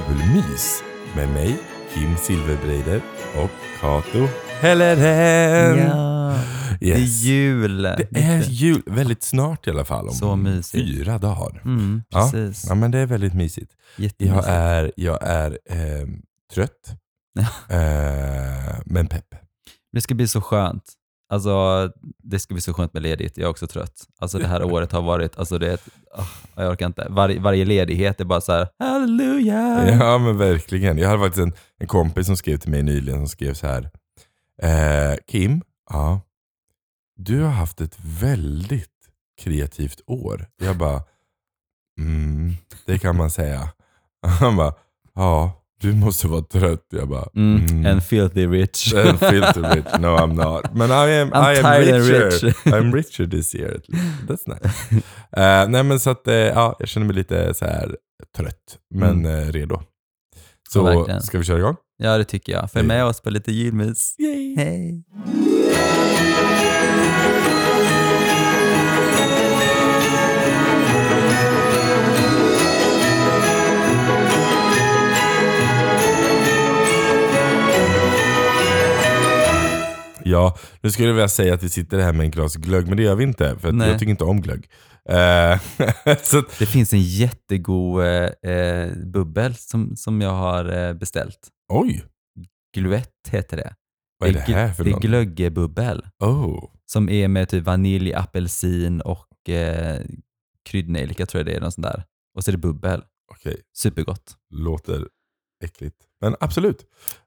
julmys med mig, Kim Silverbreider och Kato Helleren. Ja, yes. Det är jul. Det är jul, väldigt snart i alla fall, om så mysigt. 4 dagar. Precis. Ja, men det är väldigt mysigt. Jag är trött, men pepp. Det ska bli så skönt. Alltså, det ska bli så skönt med ledigt. Jag är också trött. Alltså det här året har varit, alltså det är jag orkar inte. Varje ledighet är bara så här, halleluja. Ja, men verkligen. Jag hade faktiskt en kompis som skrev till mig nyligen, som skrev så här: Kim, ja, du har haft ett väldigt kreativt år. Jag bara, det kan man säga. Han bara, ja, du måste vara trött. Jag bara, And filthy rich. And filthy rich. No, I'm not. Men I am richer. I'm richer this year at least. That's nice. Nej, men så att jag känner mig lite så här trött, men redo. Så ska vi köra igång? Ja, det tycker jag. Följ med oss på lite julmys. Yay. Hej. Ja, nu skulle jag vilja säga att vi sitter här med en glas glögg, men det gör vi inte, för att jag tycker inte om glögg. Så det finns en jättegod bubbel som jag har beställt. Oj! Gluett heter det. Vad är det här för något? något? Det är glöggebubbel. Som är med typ vanilj, apelsin och kryddnejlika, tror jag det är, något sånt där. Och så är det bubbel. Okej. Supergott. Låter äckligt. Men absolut.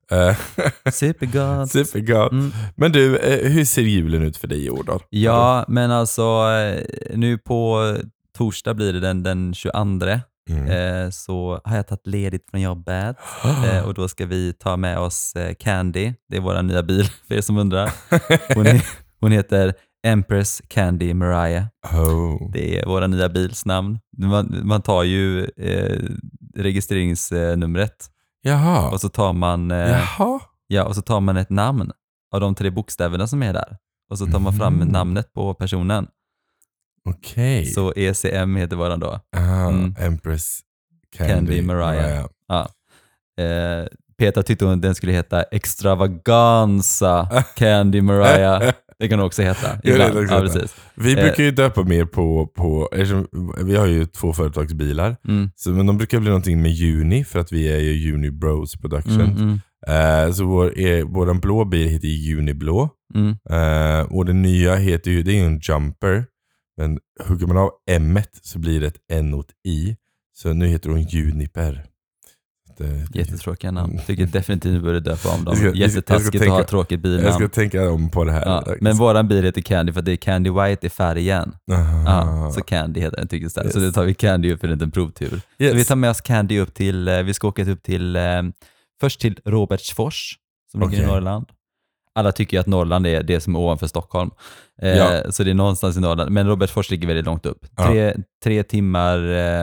Supergott. Supergott. Men du, hur ser julen ut för dig i år då? Ja, men alltså nu på torsdag blir det den 22. Så har jag tagit ledigt från jobbet. Och då ska vi ta med oss Candy. Det är vår nya bil, för er som undrar. Hon heter Empress Candy Mariah. Det är våra nya bilsnamn. Man tar ju registreringsnumret. Jaha. Och så tar man och så tar man ett namn av de 3 bokstäverna som är där. Och så tar man fram namnet på personen. Okej. Så ECM heter våran då. Empress Candy Mariah. Ja. Peter tyckte hon den skulle heta Extravaganza Candy Mariah. Det kan hon också heta. Precis. Vi brukar ju döpa mer på vi har ju 2 företagsbilar. Men de brukar bli någonting med Juni, för att vi är ju Juni Bros Production. Så våran blå bil heter Juni Blå. Och den nya heter ju, det är ju en Jumper. Men hugger man av M-et så blir det ett N-I. Så nu heter hon Juniper. Jättetråkiga namn. Tycker definitivt du borde döpa om dem. Jättetaskigt att ha tråkigt bilnamn. Jag ska tänka om på det här. Ja, men våran bil heter Candy för att det är Candy White i färgen. Så Candy heter den, tycker jag. Så då tar vi Candy upp för en liten provtur. Så vi tar med oss Candy upp till, vi ska åka upp till, först till Robertsfors som ligger i Norrland. Alla tycker ju att Norrland är det som är ovanför Stockholm. Så det är någonstans i Norrland. Men Robertsfors ligger väldigt långt upp. 3 timmar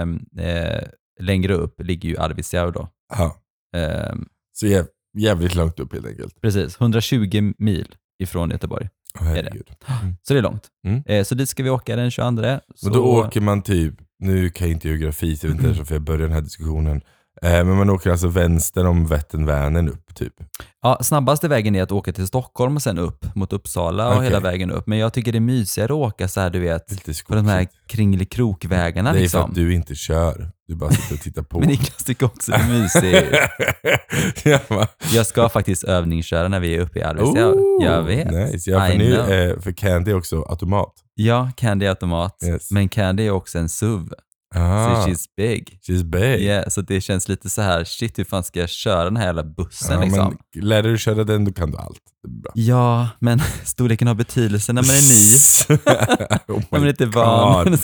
längre upp ligger ju Arvidsjaur då. Så jävligt långt upp helt enkelt. Precis, 120 mil ifrån Göteborg. Är det. Så det är långt. Så dit ska vi åka den 22. Och då åker man typ, nu kan jag inte geografi, så jag vet inte varför jag börjar den här diskussionen. Men man åker alltså vänster om Vättern-Vänern upp typ. Ja, snabbaste vägen är att åka till Stockholm och sen upp mot Uppsala och hela vägen upp. Men jag tycker det är mysigare att åka så här, du vet, på de här kringelikrokvägarna. Det är för att du inte kör. Du bara sitter och tittar på. Men Niklas tycker också det är mysigt. Jag ska faktiskt övningsköra när vi är uppe i Arvidsjaur. Jag vet. Nice. Ja, för Candy är också automat. Ja, Candy är automat. Yes. Men Candy är också en SUV. Så she's big. She's big. Yeah, så det känns lite så här, shit, hur fan ska jag köra den här jävla bussen liksom? Men lär du köra den, då kan du allt. Bra. Ja, men storleken har betydelse när man är ny. När man är inte van.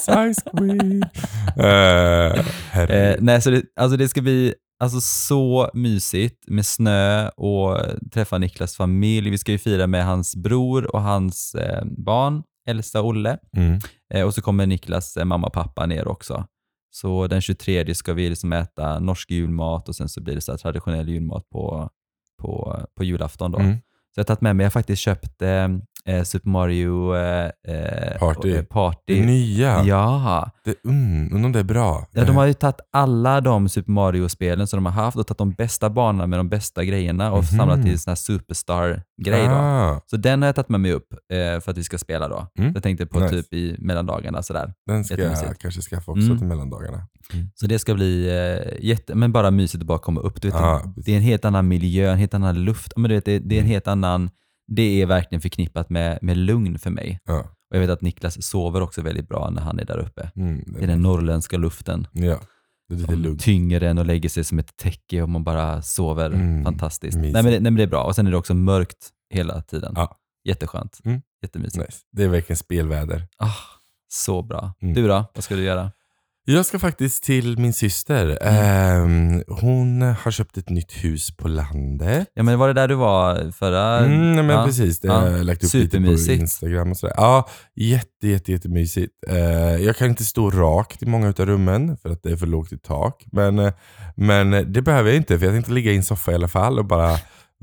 Nej, så det ska bli så mysigt med snö och träffa Niklas familj. Vi ska ju fira med hans bror och hans barn, Elsa och Olle. Och så kommer Niklas mamma och pappa ner också. Så den 23 ska vi liksom äta norsk julmat och sen så blir det så här traditionell julmat på julafton då. Så jag har tagit med mig, jag har faktiskt köpt Super Mario Party. Party. Det nya. Ja. Undrar om det är bra. Ja, de har ju tagit alla de Super Mario-spelen som de har haft och tagit de bästa banorna med de bästa grejerna och samlat till en sån här Superstar-grej då. Så den har jag tagit med mig upp för att vi ska spela då. Jag tänkte på typ i mellandagarna sådär. Den ska jag kanske skaffa också till mellandagarna. Så det ska bli men bara mysigt att bara komma upp. Du vet, det är en helt annan miljö, en helt annan luft. Men du vet, det är en helt annan... Det är verkligen förknippat med lugn för mig. Ja. Och jag vet att Niklas sover också väldigt bra när han är där uppe. Det är den norrländska luften. Ja, det är lite lugnt. Tynger den och lägger sig som ett täcke och man bara sover fantastiskt. Nej men det är bra. Och sen är det också mörkt hela tiden. Ja. Jätteskönt. Jättemysigt. Nice. Det är verkligen spelväder. Så bra. Du då? Vad ska du göra? Jag ska faktiskt till min syster. Hon har köpt ett nytt hus på landet. Ja, men var det där du var förra? Men precis. Det har jag lagt upp lite på Instagram och sådär. Ja, jättemysigt. Jag kan inte stå rakt i många av rummen för att det är för lågt i tak. Men det behöver jag inte, för jag tänkte ligga i en soffa i alla fall och bara...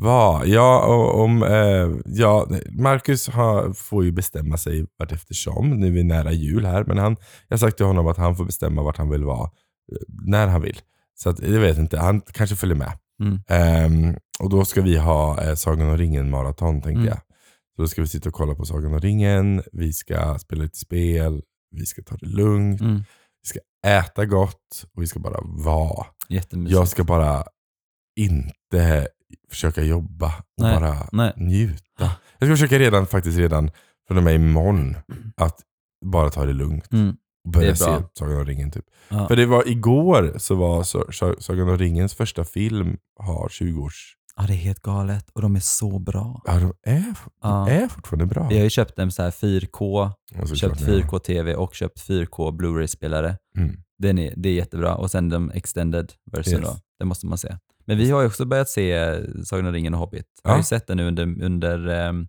Marcus får ju bestämma sig vart eftersom. Nu är vi nära jul här, men jag har sagt till honom att han får bestämma vart han vill vara när han vill. Så att, jag vet inte, han kanske följer med. Och då ska vi ha Sagan om ringen maraton, tänkte jag. Så då ska vi sitta och kolla på Sagan om ringen. Vi ska spela lite spel. Vi ska ta det lugnt. Vi ska äta gott och vi ska bara vara. Jättemysigt. Jag ska bara inte försöka jobba och bara njuta. Jag ska försöka redan från och med imorgon att bara ta det lugnt och börja se Sagan om ringen typ. För det var igår så var Sagan om ringens första film har 20-års. Ja, det är helt galet och de är så bra. Ja, de är fortfarande bra. Jag har ju köpt en så här 4K, köpt 4K-TV och köpt 4K Blu-ray-spelare. Det är jättebra. Och sen de extended version då. Det måste man se. Men vi har ju också börjat se Sagan om ringen och Hobbit. Jag har ju sett den nu under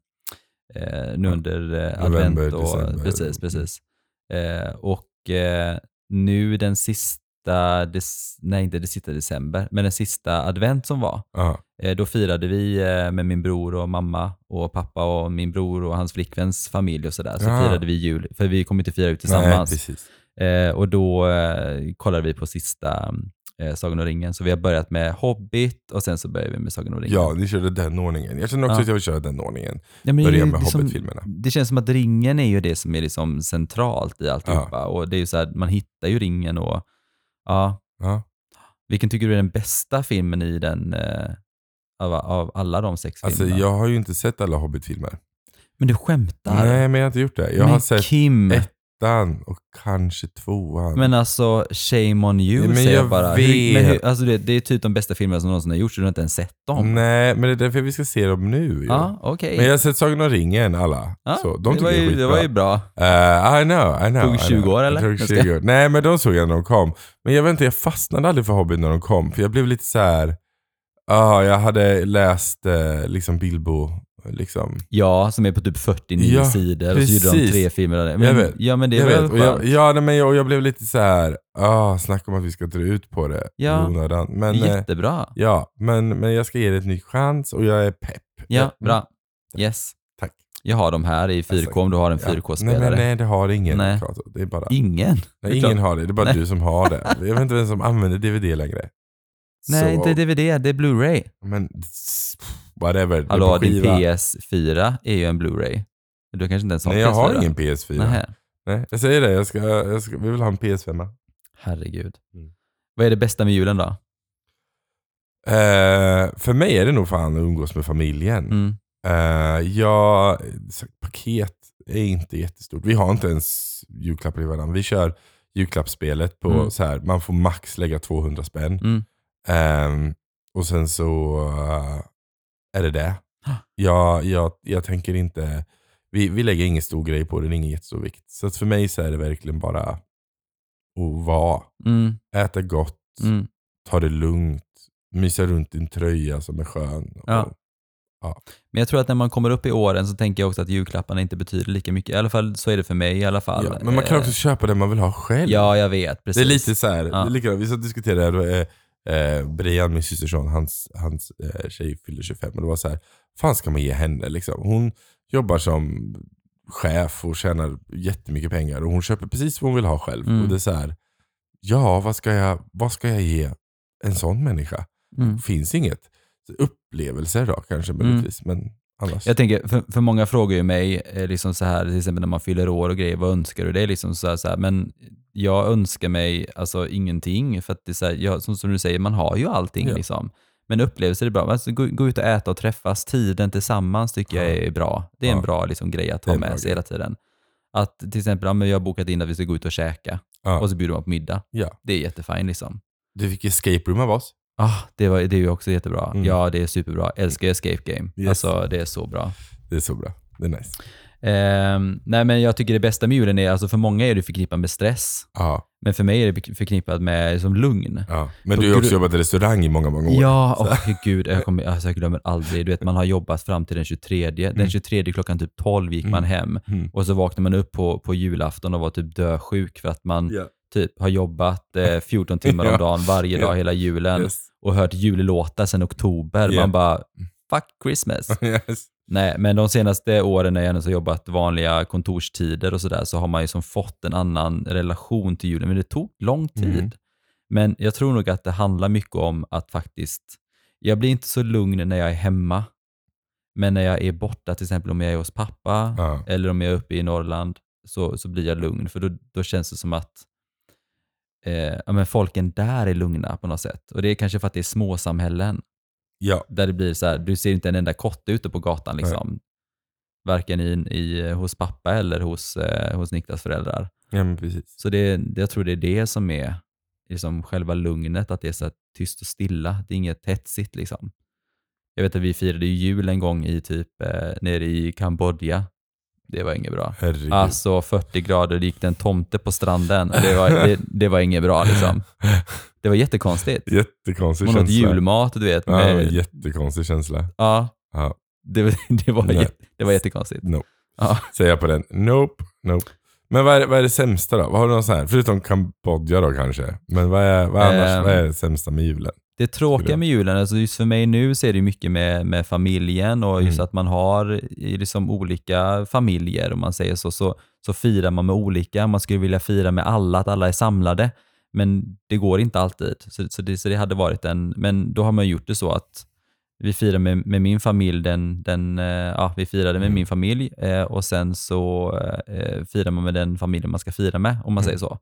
advent och december. Precis. Och nu den sista inte det sista december, men den sista advent som var. Då firade vi med min bror och mamma och pappa och min bror och hans flickväns familj och sådär. Så firade vi jul, för vi kommer inte fira ut tillsammans. Nej, precis. Och då kollade vi på sista Sagan om ringen. Så vi har börjat med Hobbit och sen så börjar vi med Sagan om ringen. Ja, ni körde den ordningen. Jag känner också att jag vill köra den ordningen. Börja med Hobbit-filmerna. Det känns som att ringen är ju det som är liksom centralt i alltihopa. Och det är ju så här, man hittar ju ringen och Vilken tycker du är den bästa filmen i den av alla de 6 filmerna? Alltså jag har ju inte sett alla Hobbit-filmer. Men du skämtar? Nej, men jag har inte gjort det. Jag har sett och kanske 2. Men alltså, shame on you, men säger jag bara. Alltså det är typ de bästa filmerna som någonsin har gjorts, så du har inte ens sett dem. Nej, men det är därför vi ska se dem nu. Okay. Men jag har sett Sagan om ringen, alla. Så de tycker jag är det var ju bra. I know. Tog 20 år eller? 20 år. Nej, men de såg jag när de kom. Men jag vet inte, jag fastnade aldrig för Hobbit när de kom. För jag blev lite så här. Jag hade läst liksom Bilbo liksom. Ja, som är på typ 49 sidor. Precis. Och så gjorde de 3 filmer av det. Men, jag vet. Ja, men det är väl skönt. Jag blev lite så här. Snacka om att vi ska dra ut på det. Men, jättebra. Men jag ska ge det ett ny chans och jag är pepp. Ja, bra. Yes. Tack. Jag har de här i 4K om du har en 4K-spelare. Nej, det har ingen. Det är bara... Ingen? Nej, ingen har det. Det är bara du som har det. Jag vet inte vem som använder DVD längre. Nej, inte DVD, det är Blu-ray. Men whatever. Hallå, din PS4 är ju en Blu-ray. Du kanske inte ens har PS4. Nej, jag har ingen PS4. Nej, jag säger det. Vi vill ha en PS5. Herregud. Vad är det bästa med julen då? För mig är det nog fan att umgås med familjen. Paket är inte jättestort. Vi har inte ens julklappar i varandra. Vi kör julklappsspelet på så här. Man får max lägga 200 spänn. Och sen så är det. Jag tänker inte. Vi lägger ingen stor grej på det. Det är ingen jättestor vikt. Så att för mig så är det verkligen bara att vara. Äta gott. Ta det lugnt. Mysa runt i en tröja som är skön. Men jag tror att när man kommer upp i åren så tänker jag också att julklapparna inte betyder lika mycket. I alla fall så är det för mig i alla fall. Ja, men man kan också köpa det man vill ha själv. Ja, jag vet. Precis. Det är lite så här. Det är likadant. Vi ska diskutera det. Brian, min systerson, hans tjej fyller 25. Och det var så här, fan ska man ge henne liksom? jobbar som chef och tjänar jättemycket pengar. Och hon köper precis vad hon vill ha själv. Och det är så här, ja, vad ska jag ge en sån människa? Finns inget. Upplevelser då kanske möjligtvis, men annars. Jag tänker, för många frågar ju mig liksom så här, till exempel när man fyller år och grejer, vad önskar du? Det är liksom så här, men jag önskar mig alltså ingenting, för att det är så här, som du säger, man har ju allting liksom. Men upplevelser är bra. Alltså, gå ut och äta och träffas, tiden tillsammans tycker jag är bra. Det är en bra liksom, grej att ha med sig hela tiden. Att till exempel, jag har bokat in att vi ska gå ut och käka och så bjuder man på middag. Det är jättefint liksom. Du fick escape room av oss. Det är ju också jättebra. Ja, det är superbra. Älskar escape game. Yes. Alltså, det är så bra. Det är så bra. Det är nice. Nej, men jag tycker det bästa med julen är, alltså för många är det förknippat med stress. Men för mig är det förknippat med som lugn. Men du har också jobbat i restaurang i många år. Ja, gud, jag glömmer aldrig. Du vet, man har jobbat fram till den 23. Den 23 klockan typ 12 gick man hem. Och så vaknade man upp på julafton och var typ dösjuk för att man typ har jobbat 14 timmar om dagen varje dag hela julen och hört jullåtar sedan oktober. Man bara, fuck Christmas. Nej, men de senaste åren när jag har jobbat vanliga kontorstider och sådär, så har man ju som fått en annan relation till julen. Men det tog lång tid. Men jag tror nog att det handlar mycket om att faktiskt, jag blir inte så lugn när jag är hemma. Men när jag är borta, till exempel om jag är hos pappa eller om jag är uppe i Norrland, så blir jag lugn. För då känns det som att men folken där är lugna på något sätt. Och det är kanske för att det är små samhällen. Där det blir så här, du ser inte en enda kotte ute på gatan liksom. Varken hos pappa eller hos Niklas föräldrar. Ja, men precis. Så jag tror det är det som är liksom själva lugnet, att det är så här tyst och stilla. Det är inget hetsigt liksom. Jag vet att vi firade jul en gång i typ nere i Kambodja. Det var inget bra. Herregud. Alltså 40 grader, det gick en tomte på stranden. Det var inget bra liksom. Det var jättekonstigt. Jättekonstig känsla. känsla. Julmat, du vet. Jättekonstig känsla. Ja. Det var jättekonstigt. Nope. Säger jag på den. Nope. Men vad är det sämsta då? Vad har du något så här? Förutom Kambodja då kanske. Men vad är det sämsta med julen? Det tråkiga med julen, alltså just för mig nu så är det mycket med familjen och just att man har liksom olika familjer, om man säger så firar man med olika. Man skulle vilja fira med alla, att alla är samlade, men det går inte alltid. Så det hade varit men då har man gjort det så att vi firar med min familj, vi firade med min familj och sen så firar man med den familjen man ska fira med, om man säger så.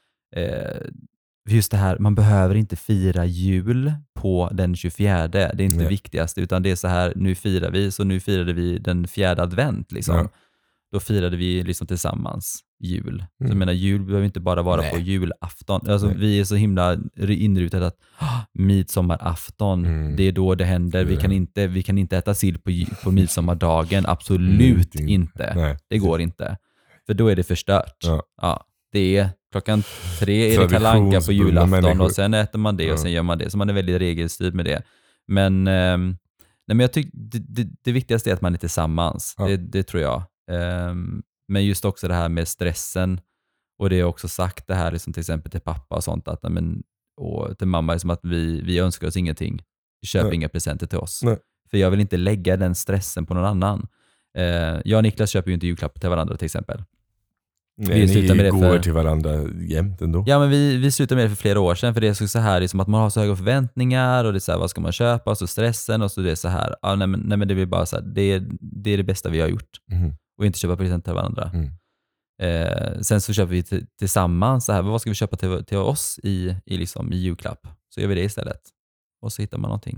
Just det här, man behöver inte fira jul på den 24. Det är inte det viktigaste, utan det är så här, nu firade vi den 4:e advent liksom. Då firade vi liksom tillsammans jul. Så jag menar, jul behöver inte bara vara på julafton. Alltså, vi är så himla inrutade att midsommarafton, det är då det händer. Vi kan inte äta sill på midsommardagen. Absolut inte. Nej. Det går inte. För då är det förstört. Det är klockan 3 är det Kalle Anka på julafton och sen äter man det och sen gör man det. Så man är väldigt regelstyrd med det. Men jag tycker det viktigaste är att man är tillsammans. Det tror jag. Men just också det här med stressen, och det är också sagt det här liksom, till exempel till pappa och sånt, att och till mamma, liksom, att vi önskar oss ingenting. Köp inga presenter till oss. För jag vill inte lägga den stressen på någon annan. Jag och Niklas köper ju inte julklappar till varandra till exempel. Nej, ni går till varandra jämt ändå. Ja, men vi slutade med det för flera år sedan, för det är så här liksom, att man har så höga förväntningar och det är så här, vad ska man köpa, och så stressen, och så det är så här, nej men det blir bara så här, det är det bästa vi har gjort. Och inte köpa presenter till varandra. Sen så köper vi tillsammans så här, vad ska vi köpa till oss i julklapp, så gör vi det istället, och så hittar man någonting.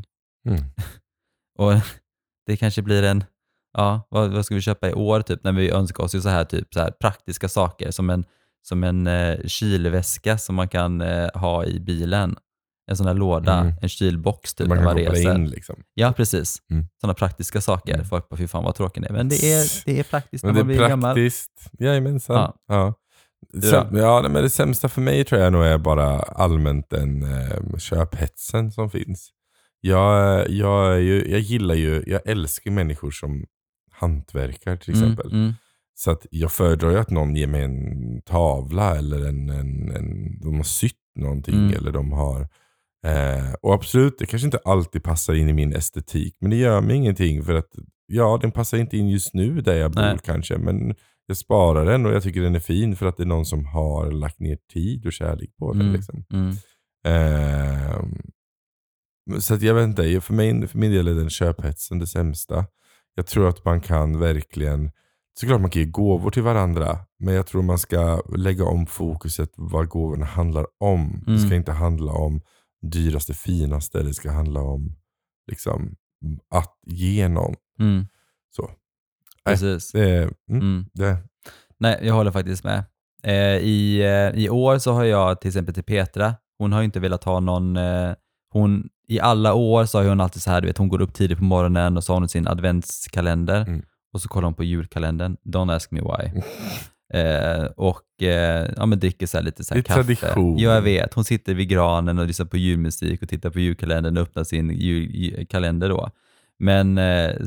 Och det kanske blir vad ska vi köpa i år typ, när vi önskar oss ju så här praktiska saker, som en kylväska som man kan ha i bilen, en sån här låda, en kylbox typ, man när kan man reser in liksom. Ja, precis. Sådana praktiska saker. Folk bara, fy fan vad tråkigt det är. Men det är praktiskt när man blir gammal. Praktiskt. Jajamensan. Men det sämsta för mig tror jag nog är bara allmänt den köphetsen som finns. Jag älskar människor som hantverkar till exempel. Så att jag föredrar ju att någon ger mig en tavla, eller de har sytt någonting, eller de har och absolut, det kanske inte alltid passar in i min estetik, men det gör mig ingenting, för att den passar inte in just nu där jag bor kanske, men jag sparar den och jag tycker den är fin för att det är någon som har lagt ner tid och kärlek på den. Liksom. Så att jag vet inte, för min del är den köphetsen det sämsta. Jag tror att man kan verkligen, såklart man kan ge gåvor till varandra, men jag tror man ska lägga om fokuset vad gåvorna handlar om. Det ska inte handla om dyraste, finaste, det ska handla om liksom att ge någon. Så. Precis. Det. Nej, jag håller faktiskt med. I år så har jag till exempel till Petra, hon har ju inte velat ha någon, i alla år så har hon alltid så här, du vet, hon går upp tidigt på morgonen och så har hon sin adventskalender och så kollar hon på julkalendern. Don't ask me why. Men dricker så här lite så här kaffe. Tradition. Ja, jag vet. Hon sitter vid granen och lyssnar på julmusik och tittar på julkalendern och öppnar sin julkalender då. Men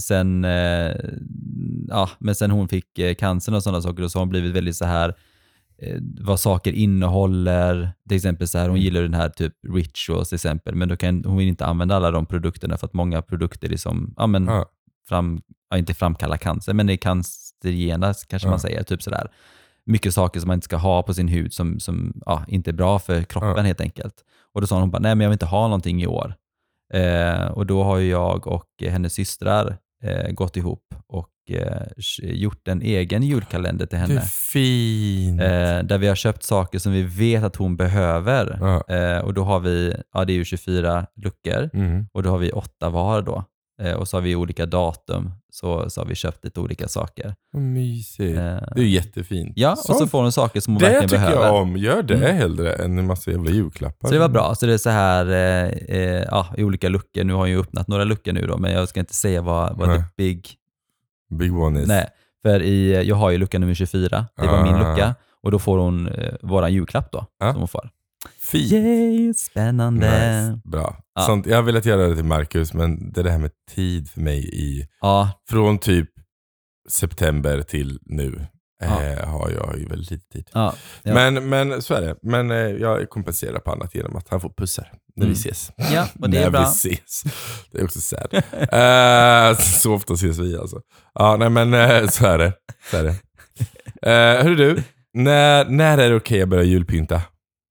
sen hon fick cancer och sådana saker, och så har hon blivit väldigt så här vad saker innehåller. Till exempel så här, hon gillar den här typ rituals till exempel, men då kan hon inte använda alla de produkterna för att många produkter liksom, inte framkallar cancer, men det är cancerogena kanske man säger, typ sådär. Mycket saker som man inte ska ha på sin hud som inte är bra för kroppen helt enkelt. Och då sa hon bara, nej men jag vill inte ha någonting i år. Och då har jag och hennes systrar gått ihop och gjort en egen julkalender till henne. Det är fint. Där vi har köpt saker som vi vet att hon behöver. Och då har vi, det är ju 24 luckor och då har vi 8 var då. Och så har vi olika datum, så har vi köpt lite olika saker. Mysigt. Det är jättefint. Ja, och så får hon saker som hon verkligen behöver. Det tycker jag om. Gör det hellre än en massa jävla julklappar. Så det var bra. Så det är så här i olika luckor. Nu har jag ju öppnat några luckor nu då, men jag ska inte säga vad the big one is. Nej, för jag har ju lucka nummer 24. Det var min lucka. Och då får hon våran julklapp då, som hon får. Fint. Yay, spännande. Nice. Bra. Sånt, jag har velat göra det till Marcus, men det är det här med tid för mig från typ september till nu har jag ju väldigt lite tid. Men så är det. Men jag kompenserar på annat genom att han får pussar när vi ses. Ja, och det är bra. När vi ses. Det är också sad. Så ofta ses vi alltså. Ja, nej men så är det. Hörru du, när är det okej att börja julpynta?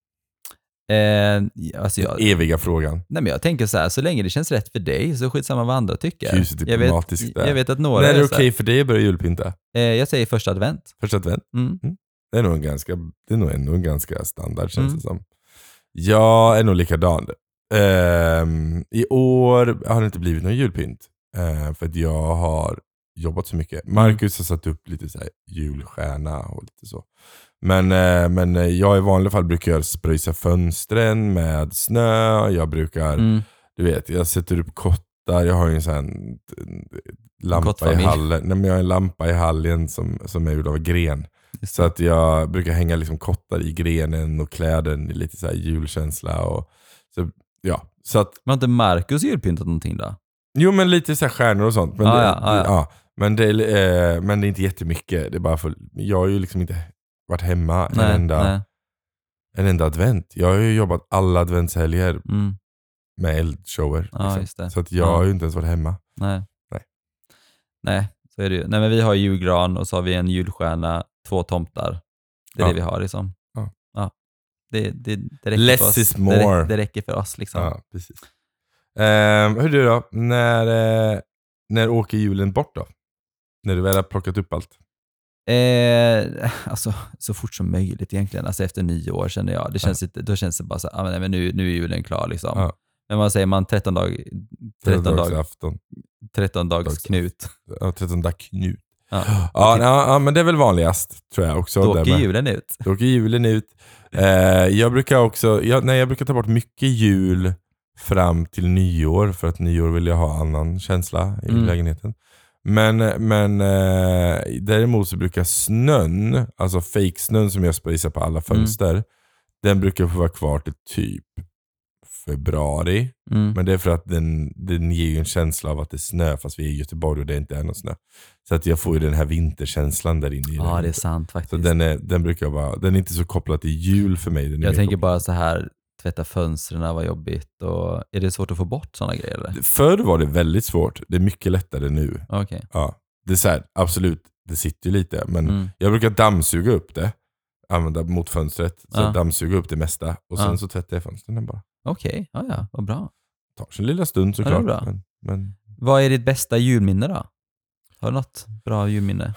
Eviga frågan. Nej, men jag tänker så här, så länge det känns rätt för dig så skitsamma vad andra tycker. Jag vet att några. När är det okej för dig att börja julpynta? Jag säger första advent. Första advent? Det är nog ändå en ganska standard känns det som. Jag är nog likadan. I år har det inte blivit någon julpynt. För att jag har jobbat så mycket. Marcus har satt upp lite så här julstjärna och lite så. Men jag i vanliga fall brukar jag spröjsa fönstren med snö. Jag brukar, du vet, jag sätter upp kottar. Jag har ju en sån här lampa i hallen. Nej, men jag har en lampa i hallen som är gjord av gren. Så att jag brukar hänga liksom kottar i grenen och kläden i lite så här julkänsla. Och, så att, men har inte Marcus julpyntat någonting då? Jo, men lite så här stjärnor och sånt. Men men det är inte jättemycket. Det är bara för jag har ju liksom inte varit hemma en enda advent. Jag har ju jobbat alla adventshelger med eldshower. Liksom. Så att jag har ju inte ens varit hemma. Nej, så är det ju. Nej, men vi har julgran och så har vi en julstjärna, 2 tomtar. Det är det vi har liksom. Ja. Det räcker less för oss. Is more. Det räcker för oss liksom. Ja, precis. Hur du då? När åker julen bort då? När du väl har plockat upp allt? Alltså så fort som möjligt egentligen. Alltså efter 9 år känner jag. Det känns då känns det bara så men nu är julen klar liksom. Men vad säger man 13 dags knut. Ja, 13 dags knut. Ja, men det är väl vanligast tror jag också. Då åker julen ut. Jag brukar ta bort mycket jul fram till nyår, för att nyår vill jag ha annan känsla i lägenheten. Men däremot så brukar snön, alltså fake snön som jag sprayar på alla fönster, den brukar få vara kvar till typ februari. Men det är för att den ger ju en känsla av att det är snö, fast vi är i Göteborg och det inte är någon snö. Så att jag får ju den här vinterkänslan där inne. Ja, det är sant faktiskt. Så den brukar vara, den är inte så kopplad till jul för mig. Jag tänker bara så här, tvätta fönstren var jobbigt. Och är det svårt att få bort sådana grejer? Eller? Förr var det väldigt svårt. Det är mycket lättare nu. Okay. Ja, det är så här, absolut, det sitter ju lite. Men jag brukar dammsuga upp det. Använda mot fönstret. Så dammsuga upp det mesta. Och sen så tvättar jag fönstren bara. Okej, ja, vad bra. Det tar sig en lilla stund såklart. Men... Vad är ditt bästa julminne då? Har du något bra julminne?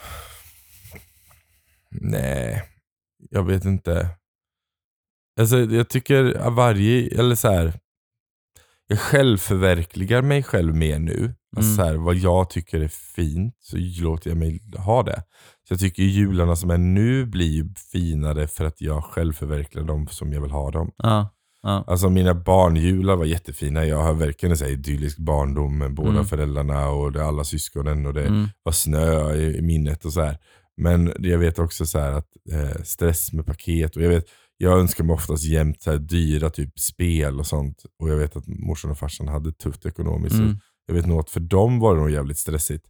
Nej, jag vet inte. Alltså, jag tycker eller så här, jag självförverkligar mig själv mer nu. Alltså så här, vad jag tycker är fint, så låter jag mig ha det. Så jag tycker jularna som är nu blir finare för att jag självförverkligar dem som jag vill ha dem. Alltså mina barnjular var jättefina. Jag har verkligen en idyllisk barndom med båda föräldrarna och alla syskonen, och det var snö i minnet och så här. Men jag vet också så här att stress med paket, och jag önskar mig oftast jämt så här dyra typ spel och sånt, och jag vet att morsan och farsan hade tufft ekonomiskt, så jag vet nog att för dem var det nog jävligt stressigt.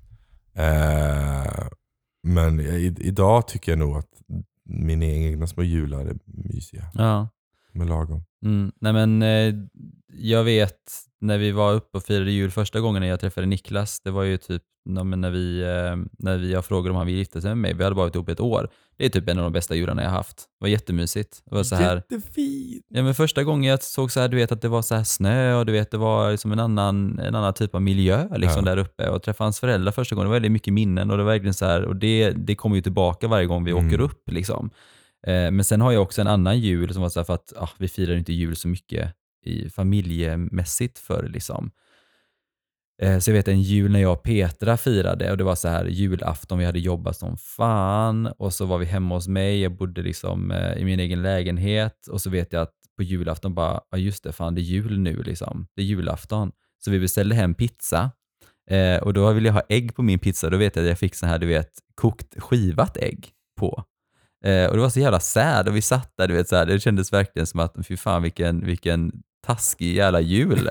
Men idag tycker jag nog att mina egna små jular är mysiga. Ja. Med lagom. Nej men jag vet när vi var uppe och firade jul första gången när jag träffade Niklas, det var ju typ när jag frågade om han ville gifta sig med mig. Vi hade bara varit ihop ett år. Det är typ en av de bästa jularna jag haft. Det var jättemysigt. Det var så här, jättefint. Ja, men första gången jag såg så här, du vet att det var så här snö, och du vet det var liksom en annan typ av miljö liksom där uppe, och träffa hans föräldrar första gången, det var väldigt mycket minnen, och det var verkligen så här, och det kommer ju tillbaka varje gång vi åker upp liksom. Men sen har jag också en annan jul som var så här, för att vi firar inte jul så mycket i familjemässigt för liksom. Så jag vet en jul när jag och Petra firade, och det var så här julafton, vi hade jobbat som fan, och så var vi hemma hos mig, jag bodde liksom i min egen lägenhet, och så vet jag att på julafton bara, just det, fan det är jul nu liksom, det är julafton. Så vi beställde hem pizza, och då ville jag ha ägg på min pizza, då vet jag att jag fick så här, du vet, kokt skivat ägg på. Och det var så jävla sad, och vi satt där, du vet så här, det kändes verkligen som att fy fan vilken taskig jävla jul.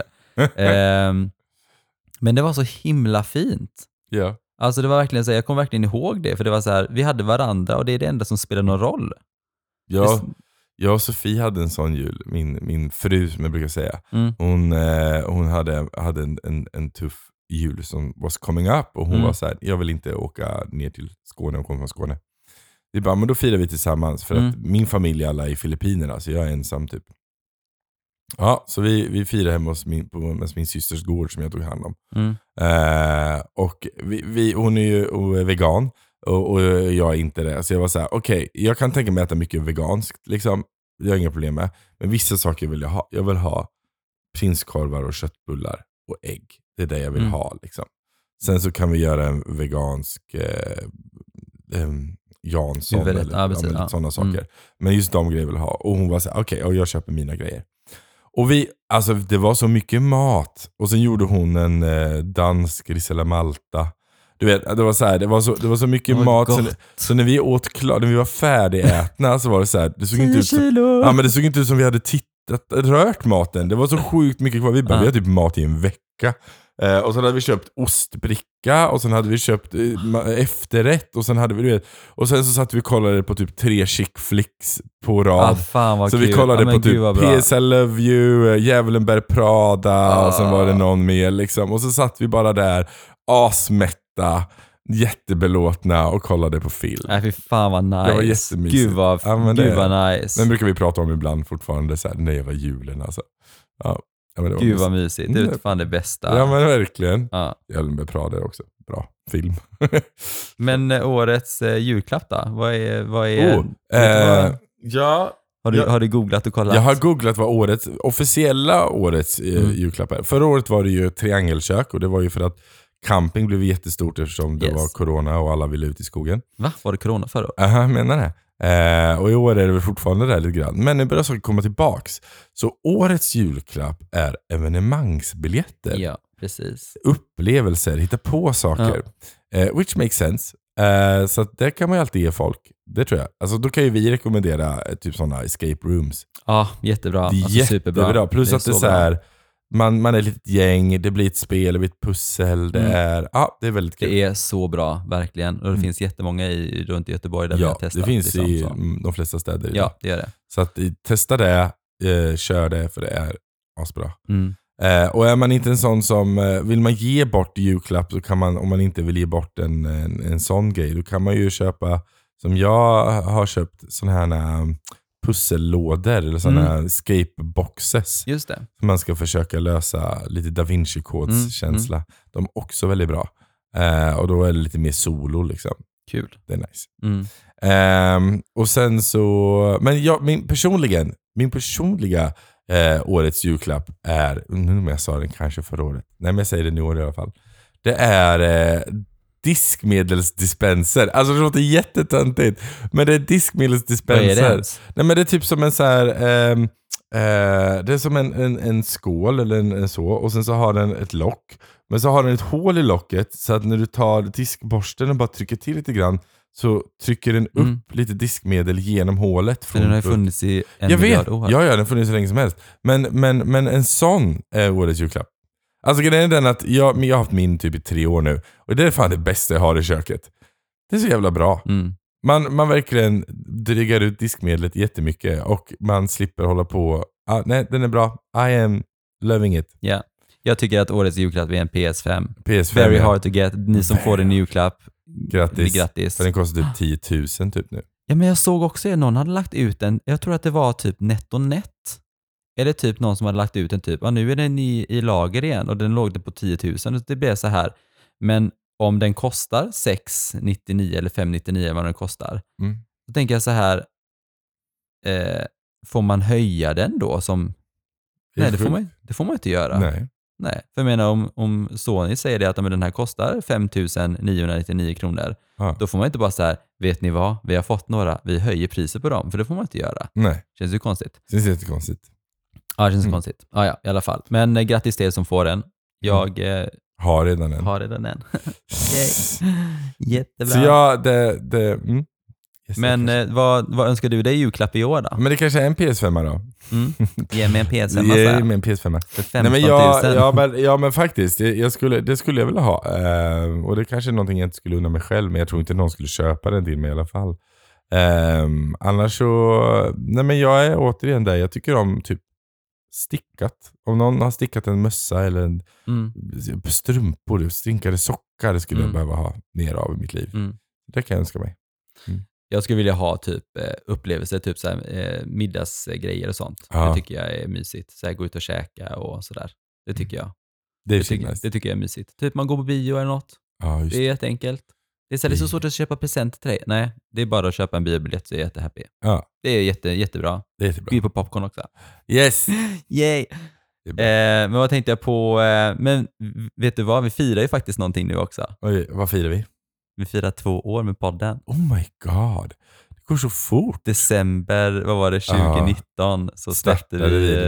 Men det var så himla fint. Ja. Alltså det var verkligen så här, jag kom verkligen ihåg det, för det var så här, vi hade varandra, och det är det enda som spelar någon roll. Ja, jag och Sofie hade en sån jul, min fru som jag brukar säga. Hon hade en tuff jul som was coming up, och hon var så här, jag vill inte åka ner till Skåne och komma från Skåne. Det är bara, men då firar vi tillsammans, för att min familj alla är i Filippinerna, så jag är ensam typ. Ja, så vi firar hemma hos min systers gård som jag tog hand om. Och hon är ju vegan, och jag är inte det. Så jag var så här, okej, jag kan tänka mig att äta mycket veganskt liksom. Det har jag inga problem med. Men vissa saker vill jag ha. Jag vill ha prinskorvar och köttbullar och ägg. Det är det jag vill ha liksom. Sen så kan vi göra en vegansk Jansson eller sådana saker. Men just de grejer vill jag ha. Och hon var så här, okej, och jag köper mina grejer. Och det var så mycket mat. Och sen gjorde hon en dansk risella Malta. Du vet, det var så här, det var så mycket mat så när vi åt klart, när vi var färdigätna, så var det så här, det såg inte ut som, men det såg inte ut som vi hade rört maten. Det var så sjukt mycket kvar. Vi hade typ mat i en vecka. Och sen hade vi köpt ostbricka, och sen hade vi köpt efterrätt, och sen hade vi, och sen så satt vi och kollade på typ 3 chick flicks på rad. Så vi kollade på typ PS I Love You, Djävulen bär Prada, och sen var det någon mer liksom. Och så satt vi bara där asmätta, jättebelåtna och kollade på film. Nej, fy fan vad nice. Det var jättemysigt. Gud vad nice. Den brukar vi prata om ibland fortfarande så här, när jag var julen alltså. Ja. Ja, gud vad mysigt, det är fan det bästa. Ja men verkligen. Djävulen bär Prada är också bra film. Men årets julklapp då? Vad är Har du googlat och kollat? Jag har googlat vad officiella årets julklapp är. Förra året var det ju triangelkök, och det var ju för att camping blev jättestort eftersom det var corona och alla ville ut i skogen. Va? Var det corona förra året? Aha, menar det. Och i år är det väl fortfarande där lite grann. Men nu börjar saker komma tillbaks. Så årets julklapp är evenemangsbiljetter. Ja, precis. Upplevelser, hitta på saker. Which makes sense. Så att det kan man ju alltid ge folk. Det tror jag. Alltså då kan ju vi rekommendera typ sådana escape rooms. Ja, jättebra. Det är alltså, superbra. Plus det att det är så här, man är ett litet gäng, det blir ett spel, det blir ett pussel, det är väldigt kul. Det är så bra, verkligen. Och det finns jättemånga runt i Göteborg där vi har testat. Det finns i de flesta städer idag. Ja, det gör det. Så att testa det. kör det för det är asbra. Och är man inte en sån som vill man ge bort julklapp, så kan man, om man inte vill ge bort en sån grej, då kan man ju köpa, som jag har köpt, såna här pussellådor eller såna här escape boxes. Just det. Som man ska försöka lösa lite Da Vinci-kods känsla. De är också väldigt bra. Och då är det lite mer solo liksom. Kul. Det är nice. Och sen så, men min personliga årets julklapp är, nu om jag sa den kanske förra året, nej men jag säger det nu i alla fall, det är diskmedelsdispenser. Alltså det låter jättetöntigt, men det är diskmedelsdispenser. Vad är det? Nej men det är typ som en så här det är som en skål eller en så, och sen så har den ett lock, men så har den ett hål i locket, så att när du tar diskborsten och bara trycker till lite grann, så trycker den upp lite diskmedel genom hålet. Den har ju funnits i en miljard år. Ja, den har funnits så länge som helst. Men en sån är årets julklapp. Alltså grejen är den att jag har haft min typ i 3 år nu. Och det är fan det bästa jag har i köket. Det är så jävla bra. Man verkligen drygar ut diskmedlet jättemycket. Och man slipper hålla på. Nej, den är bra. I am loving it. Ja. Yeah. Jag tycker att årets julklapp är en PS5. PS5 Very hard to get. Ni som får en julklapp, grattis. För den kostar typ 10 000 typ nu. Ja, men jag såg också att någon hade lagt ut den. Jag tror att det var typ NetOnNet. Eller typ någon som hade lagt ut en typ. Nu är den i lager igen och den låg på 10 000. Det blir så här. Men om den kostar 6,99 eller 5,99 vad den kostar. Då tänker jag så här. Får man höja den då som... Nej, det får man inte göra. Nej, för jag menar om Sony säger det att den här kostar 5 999 kronor. Då får man inte bara så här, vet ni vad? Vi har fått några, vi höjer priset på dem. För det får man inte göra. Nej. Känns ju konstigt. Känns jättekonstigt. Ja, det känns konstigt. Ja, i alla fall. Men grattis till er som får den. Jag har redan en. Jättebra. Så ja, Yes, men vad önskar du dig i julklapp i år då? Men det kanske är en PS5 då. Ge mig en PS5. Ge mig en PS5. För 15 000. Ja, men faktiskt. Det skulle jag vilja ha. Och det kanske är någonting jag inte skulle unna mig själv. Men jag tror inte någon skulle köpa den till mig i alla fall. Annars så... Nej, men jag är återigen där. Jag tycker om typ stickat. Om någon har stickat en mössa eller en strumpor, stinkade sockar, skulle jag behöva ha mer av i mitt liv. Det kan jag önska mig. Jag skulle vilja ha typ upplevelser, typ så här, middagsgrejer och sånt. Det tycker jag är mysigt. Så här, gå ut och käka och sådär. Det tycker jag. Det tycker jag är mysigt. Typ man går på bio eller något. Det är jätteenkelt. Det är så svårt att köpa present till dig. Nej, det är bara att köpa en biobiljett så är jag jättehappy. Det är jättebra. Det är jättebra. Bjuda på popcorn också. Yes! Yay! Men vad tänkte jag på? Men vet du vad? Vi firar ju faktiskt någonting nu också. Oj, vad firar vi? Vi firar 2 år med podden. Oh my god. Det går så fort. December, vad var det? 2019 så startade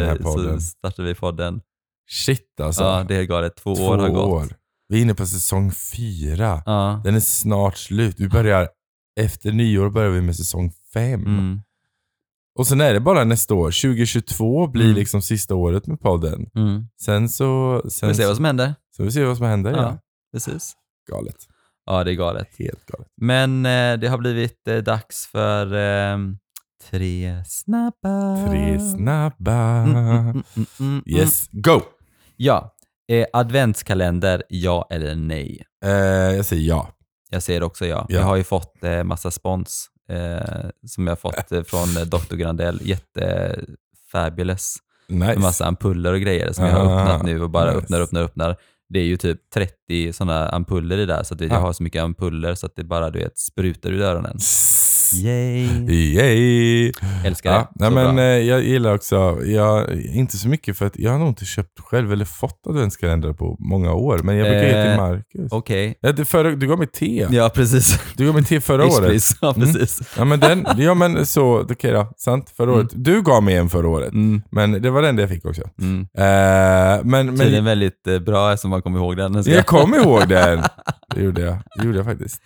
vi podden. Shit alltså. Ja, det är galet. 2 år har gått. Vi är inne på säsong 4. Den är snart slut. Vi börjar efter nyår börjar vi med säsong 5. Och sen är det bara nästa år. 2022 blir liksom sista året med podden. Sen vi ser vad som händer. Så vi ser vad som händer, ja. Precis. Galet. Ja, det är galet. Helt galet. Men det har blivit dags för 3 snabba. 3 snabba. Yes, go! Ja. Adventskalender, ja eller nej? Jag säger ja. Jag säger också ja. Jag har ju fått massa spons som jag har fått från Dr. Grandell. Jättefabulous. Nice. Med massa ampuller och grejer som jag har öppnat nu och bara öppnar. Det är ju typ 30 sådana ampuller i där, så att jag har så mycket ampuller så att det bara sprutar ur öronen. Yay! Älskar det. Nej, men jag gillar också, inte så mycket för att jag har nog inte köpt själv eller fått adventskalender på många år, men jag brukar ge till Marcus. Okej. Du gav mig te. Ja, precis. Du gav mig te förra året. Ja, precis. Ja, men så, okej då, sant, förra året. Du gav mig en förra året, men det var den jag fick också. Men det är väldigt bra som man kommer ihåg den. Jag kommer ihåg den. Det gjorde jag faktiskt.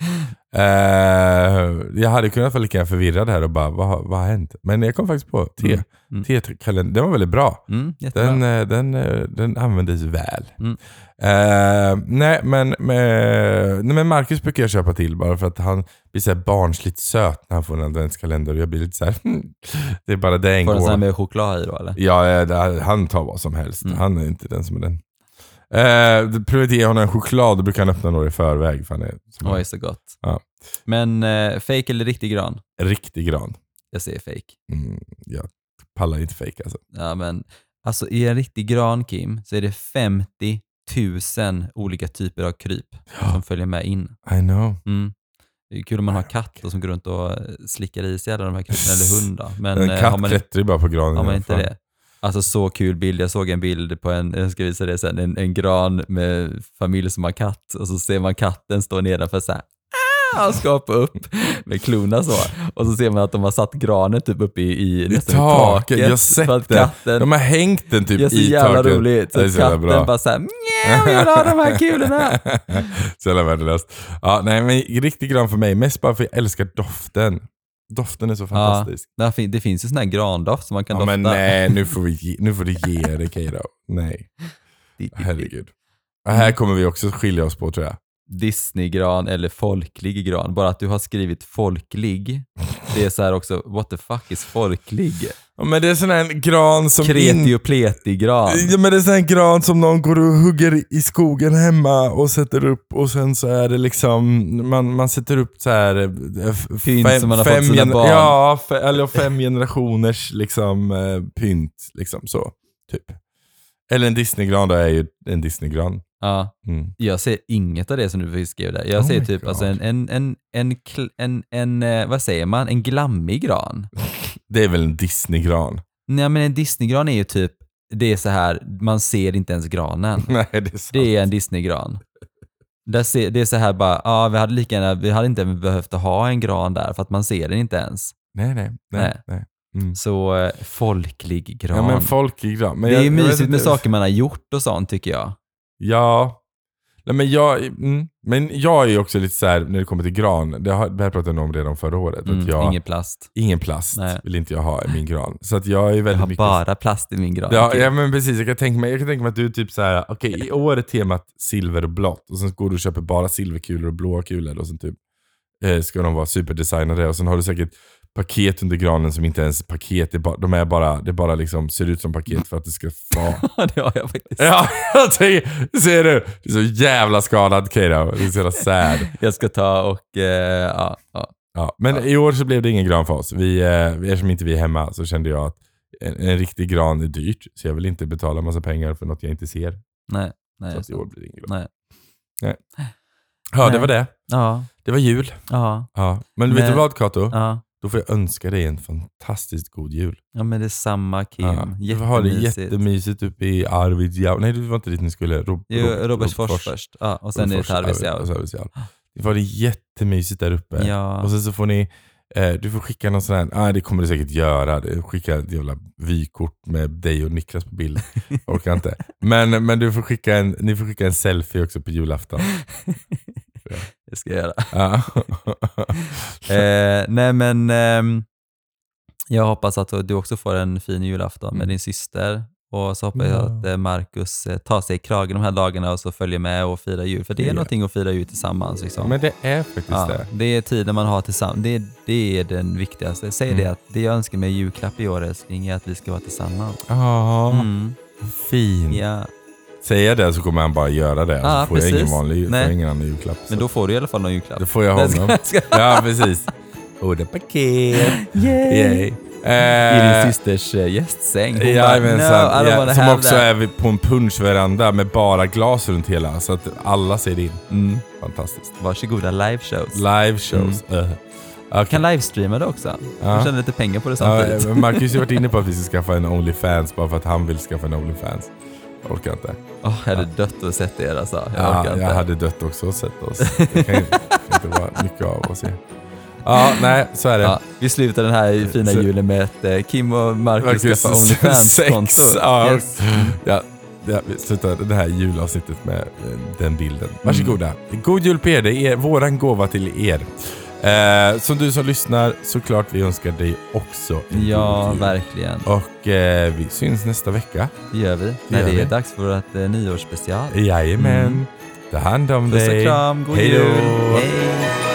Jag hade kunnat vara lika förvirrad här och bara, vad har hänt? Men jag kom faktiskt på T-kalendern. Den var väldigt bra. Den användes väl. Nej, men Marcus brukar jag köpa till bara för att han blir så här barnsligt söt när han får en adventskalender. Och jag blir lite så här, det är bara det en gång. Får den så här med choklad i då, eller? Ja, han tar vad som helst. Han är inte den som är den. Prioriterar han en choklad, då brukar han öppna några i förväg. Oj, så gott. Ja. Men fake eller riktig gran? Riktig gran. Jag säger fake. Jag pallar inte fake alltså. Ja, men alltså i en riktig gran, Kim, så är det 50 000 olika typer av kryp som följer med in. I know. Det är kul om man har katt som går runt och slickar i sig alla de här krypen, eller hundar. Men en katt klättrar ju bara på granen. Har man inte det? Alltså så kul bild. Jag såg en bild på jag ska visa det sen, en gran med familj som har katt, och så ser man katten stå nedanför så här och skapa upp med klorna så. Och så ser man att de har satt granen typ uppe i taket. Jag har sett det. De har hängt den typ i taket. Det är så jävla roligt. Så katten bra. Bara så här, jag vill ha de här kulorna. Så jävla värdelöst. Ja, nej, men riktigt gran för mig. Mest bara för jag älskar doften. Doften är så fantastisk. Ja, det finns ju sån här grandoft som man kan dofta. Men nej, nu får du ge det, Kado. Nej. Herregud. Här kommer vi också skilja oss på, tror jag. Disneygran eller folklig gran. Bara att du har skrivit folklig. Det är så här också, what the fuck is folklig? Ja, men det är sån här gran som... Kreti och pleti gran. Ja, men det är sån här gran som någon går och hugger i skogen hemma och sätter upp, och sen så är det liksom man sätter upp så här pynt som man har fått sina barn. Ja, eller 5 generationers liksom pynt liksom så typ. Eller en Disneygran då är ju en Disneygran. Ja. Jag ser inget av det som du skrev där. Jag ser typ alltså en vad säger man? En glammig gran. Det är väl en Disneygran? Nej, men en Disneygran är ju typ, det är så här, man ser inte ens granen. Nej, det är sant. Det är en Disneygran. Det är så här bara, vi hade inte behövt ha en gran där för att man ser den inte ens. Nej. Så folklig gran. Ja, men folklig gran. Men det är mysigt med saker man har gjort och sånt, tycker jag. Ja. Nej, men jag är ju också lite så här när det kommer till gran. Det här pratade jag om redan förra året. Att ingen plast vill inte jag ha i min gran. Så att jag är väldigt mycket... bara plast i min gran. Ja, men precis. Jag kan tänka mig att du är typ så här, okej, i år är temat silver och blått. Och sen går du och köper bara silverkulor och blåa kulor. Och sen typ ska de vara superdesignade. Och sen har du säkert paket under granen som inte ens paket. Det är bara liksom ser ut som paket för att det ska vara. Det har jag faktiskt. Ja, ser du? Det är så jävla skadad, Kado. Det är så jävla sad. Jag ska ta och men i år så blev det ingen gran för oss. Eftersom inte vi är hemma så kände jag att en riktig gran är dyrt. Så jag vill inte betala massa pengar för något jag inte ser. Nej. Så att i år blir det ingen gran. Nej. Ja, det var det. Ja. Det var jul. Ja. Men vet du vad, Kato? Ja. Då får jag önska dig en fantastiskt god jul. Ja, men det är samma, Kim. Du har det jättemysigt uppe i Arvidsjaur. Nej, du var inte dit ni skulle. Robertsfors först. Ja, och sen är det Arvidsjaur. Det var det jättemysigt där uppe. Ja. Och sen så får ni... du får skicka någon sån här... det kommer du säkert göra. Skicka ett jävla vykort med dig och Niklas på bild. Orkar inte. Men du får ni får skicka en selfie också på julafton. Det ska jag göra. Nej, men jag hoppas att du också får en fin julafton med din syster. Och så hoppas jag att Marcus tar sig i kragen de här dagarna och så följer med och firar jul. För det är någonting att fira jul tillsammans. Liksom. Men det är faktiskt det. Det är tiden man har tillsammans. Det är den viktigaste. Säg det att det jag önskar mig julklapp i år, älskling, är att vi ska vara tillsammans. Ja, fin. Ja. Säger det så kommer han bara göra det. Så får jag ingen annan julklapp. Så. Men då får du i alla fall någon julklapp. Då får jag honom. Ja, precis. Och det paket. Yay. I din systers gästsäng. Som också är på en punschveranda med bara glas runt hela. Så att alla ser in. Fantastiskt. Varsågoda, liveshows. Okay. Kan livestreama det också. Jag tjänar lite pengar på det samtidigt. Marcus har varit inne på att vi ska skaffa en OnlyFans bara för att han vill skaffa en OnlyFans. Jag orkar inte. Jag hade dött och sett er alltså. Jag hade dött också och sett oss. Det kan inte vara mycket av att se. Ja, nej, så är det. Ja, vi slutar den här fina julen med att Kim och Marcus skaffar OnlyFans-kontor. Ja, vi slutar det här julavsnittet med den bilden. Varsågoda. God jul på er, det är våran gåva till er. Som du som lyssnar, såklart vi önskar dig också en god jul. Verkligen. Och vi syns nästa vecka. Det gör vi. När det är dags för vårt nyårsspecial. Jajamän. Ta hand om dig. Puss och kram, god jul. Hej.